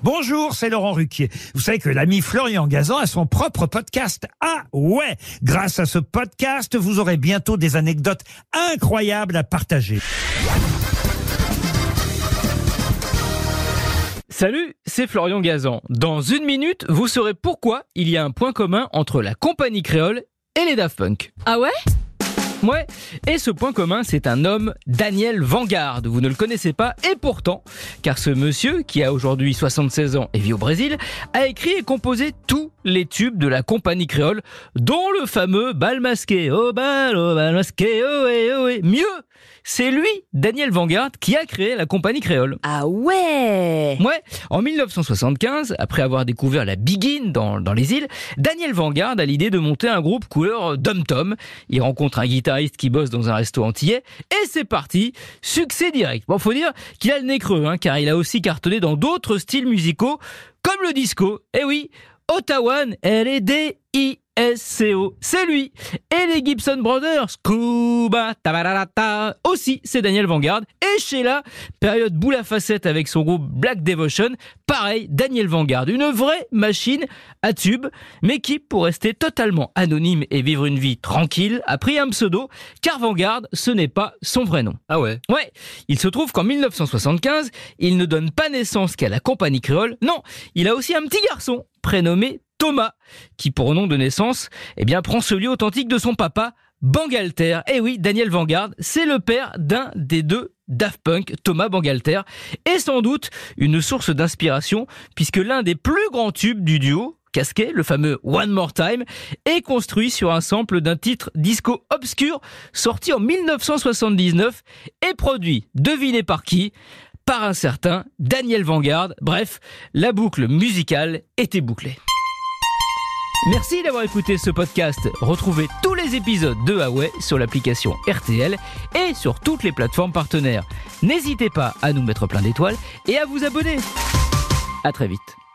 Bonjour, c'est Laurent Ruquier. Vous savez que l'ami Florian Gazan a son propre podcast. Ah ouais! Grâce à ce podcast, vous aurez bientôt des anecdotes incroyables à partager. Salut, c'est Florian Gazan. Dans une minute, vous saurez pourquoi il y a un point commun entre la compagnie créole et les Daft Punk. Ah ouais ? Ouais, et ce point commun, c'est un homme, Daniel Vanguard. Vous ne le connaissez pas, et pourtant, car ce monsieur, qui a aujourd'hui 76 ans et vit au Brésil, a écrit et composé tous les tubes de la compagnie créole, dont le fameux Bal masqué, oh bal masqué, oh et oh et. Mieux, c'est lui, Daniel Vanguard, qui a créé la compagnie créole. Ah ouais! Ouais, en 1975, après avoir découvert la biguine dans les îles, Daniel Vanguard a l'idée de monter un groupe couleur dom-tom. Il rencontre un guitariste qui bosse dans un resto antillais, et c'est parti, succès direct. Bon, faut dire qu'il a le nez creux, car il a aussi cartonné dans d'autres styles musicaux, comme le disco. Eh oui, Ottawan, LDISCO, c'est lui. Et les Gibson Brothers, Scuba, tabarata, aussi c'est Daniel Vanguard. Et Sheila, période boule à facettes avec son groupe Black Devotion, pareil, Daniel Vanguard, une vraie machine à tube, mais qui, pour rester totalement anonyme et vivre une vie tranquille, a pris un pseudo, car Vanguard, ce n'est pas son vrai nom. Ah ouais? Ouais, il se trouve qu'en 1975, il ne donne pas naissance qu'à la compagnie créole, non, il a aussi un petit garçon, prénommé Thomas, qui pour nom de naissance, prend celui authentique de son papa, Bangalter. Eh oui, Daniel Vanguard, c'est le père d'un des deux Daft Punk, Thomas Bangalter, et sans doute une source d'inspiration, puisque l'un des plus grands tubes du duo, casqué, le fameux One More Time, est construit sur un sample d'un titre disco obscur sorti en 1979 et produit, devinez par qui? Par un certain Daniel Vanguard. Bref, la boucle musicale était bouclée. Merci d'avoir écouté ce podcast. Retrouvez tous les épisodes de Ah ouais sur l'application RTL et sur toutes les plateformes partenaires. N'hésitez pas à nous mettre plein d'étoiles et à vous abonner. À très vite.